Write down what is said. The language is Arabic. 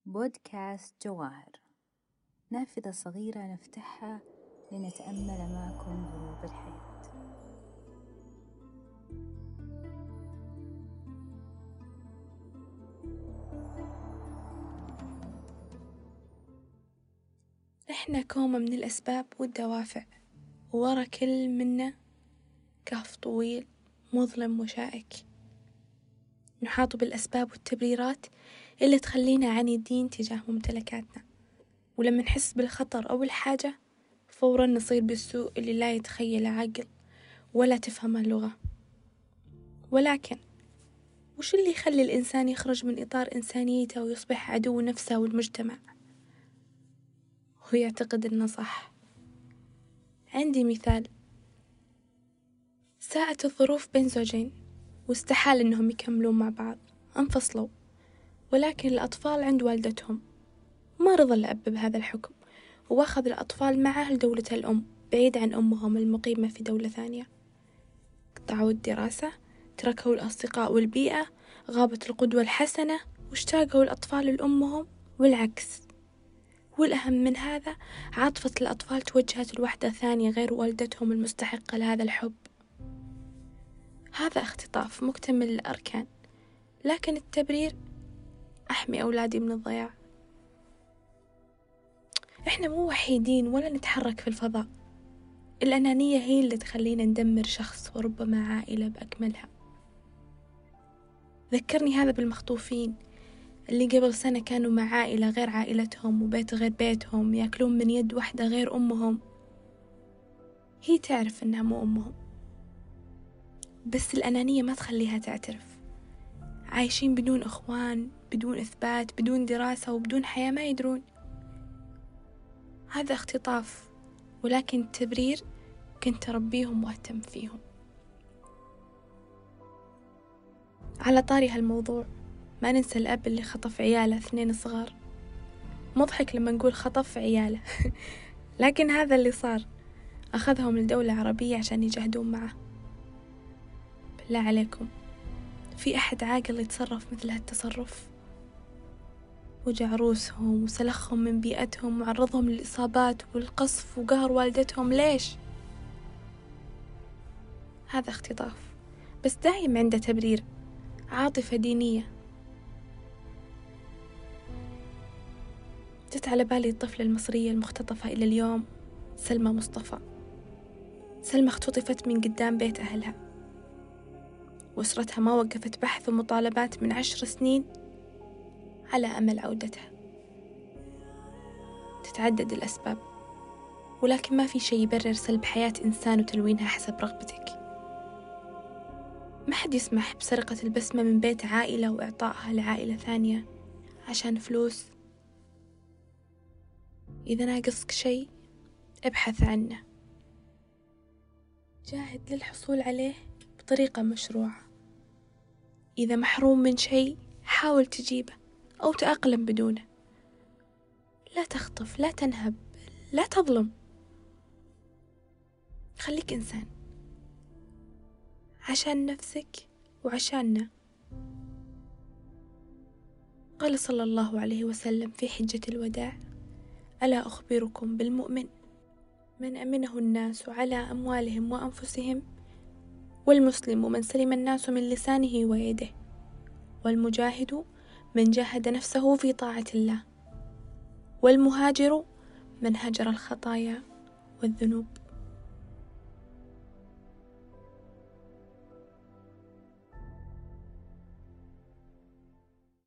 بودكاست جواهر، نافذة صغيرة نفتحها لنتأمل معكم غروب الحياة. إحنا كومة من الأسباب والدوافع، وورا كل منا كهف طويل مظلم وشائك، نحاط بالأسباب والتبريرات اللي تخلينا عنيدين تجاه ممتلكاتنا، ولما نحس بالخطر أو الحاجة فورا نصير بالسوء اللي لا يتخيل عاقل ولا تفهمه اللغة. ولكن وش اللي يخلي الإنسان يخرج من إطار إنسانيته ويصبح عدو نفسه والمجتمع ويعتقد إنه صح؟ عندي مثال. ساءت الظروف بين زوجين واستحال إنهم يكملون مع بعض، انفصلوا، ولكن الأطفال عند والدتهم. ما رضى الأب بهذا الحكم وأخذ الأطفال معه لدولة الأم بعيد عن أمهم المقيمة في دولة ثانية. قطعوا الدراسة، تركوا الأصدقاء والبيئة، غابت القدوة الحسنة، واشتاقوا الأطفال لأمهم والعكس. والأهم من هذا، عاطفة الأطفال توجهت لوحدة ثانية غير والدتهم المستحقة لهذا الحب. هذا اختطاف مكتمل الأركان، لكن التبرير أحمي أولادي من الضياع. إحنا مو وحيدين ولا نتحرك في الفضاء. الأنانية هي اللي تخلينا ندمر شخص وربما عائلة بأكملها. ذكرني هذا بالمخطوفين اللي قبل سنة كانوا مع عائلة غير عائلتهم وبيت غير بيتهم، يأكلون من يد واحدة غير أمهم. هي تعرف إنها مو أمهم، بس الأنانية ما تخليها تعترف. عايشين بدون إخوان، بدون إثبات، بدون دراسة وبدون حياة، ما يدرون. هذا اختطاف، ولكن التبرير كنت أربيهم وأهتم فيهم. على طاري هالموضوع، ما ننسى الأب اللي خطف عياله 2 صغار. مضحك لما نقول خطف عياله لكن هذا اللي صار. أخذهم لدولة عربية عشان يجاهدون معه. بالله عليكم، في أحد عاقل يتصرف مثل هالتصرف؟ وجع روسهم وسلخهم من بيئتهم وعرضهم للإصابات والقصف وقهر والدتهم. ليش؟ هذا اختطاف، بس دايم عنده تبرير، عاطفة دينية. جت على بالي الطفلة المصرية المختطفة إلى اليوم، سلمى مصطفى. سلمى اختطفت من قدام بيت أهلها، وأسرتها ما وقفت بحث ومطالبات من 10 سنين على أمل عودتها. تتعدد الأسباب، ولكن ما في شيء يبرر سلب حياة إنسان وتلوينها حسب رغبتك. ما حد يسمح بسرقة البسمة من بيت عائلة وإعطائها لعائلة ثانية عشان فلوس. إذا ناقصك شيء ابحث عنه، جاهد للحصول عليه بطريقة مشروعة. إذا محروم من شيء حاول تجيبه أو تأقلم بدونه. لا تخطف، لا تنهب، لا تظلم. خليك إنسان عشان نفسك وعشاننا. قال صلى الله عليه وسلم في حجة الوداع: ألا أخبركم بالمؤمن من أمنه الناس على أموالهم وأنفسهم، والمسلم من سلم الناس من لسانه ويده، والمجاهد من جاهد نفسه في طاعة الله، والمهاجر من هجر الخطايا والذنوب.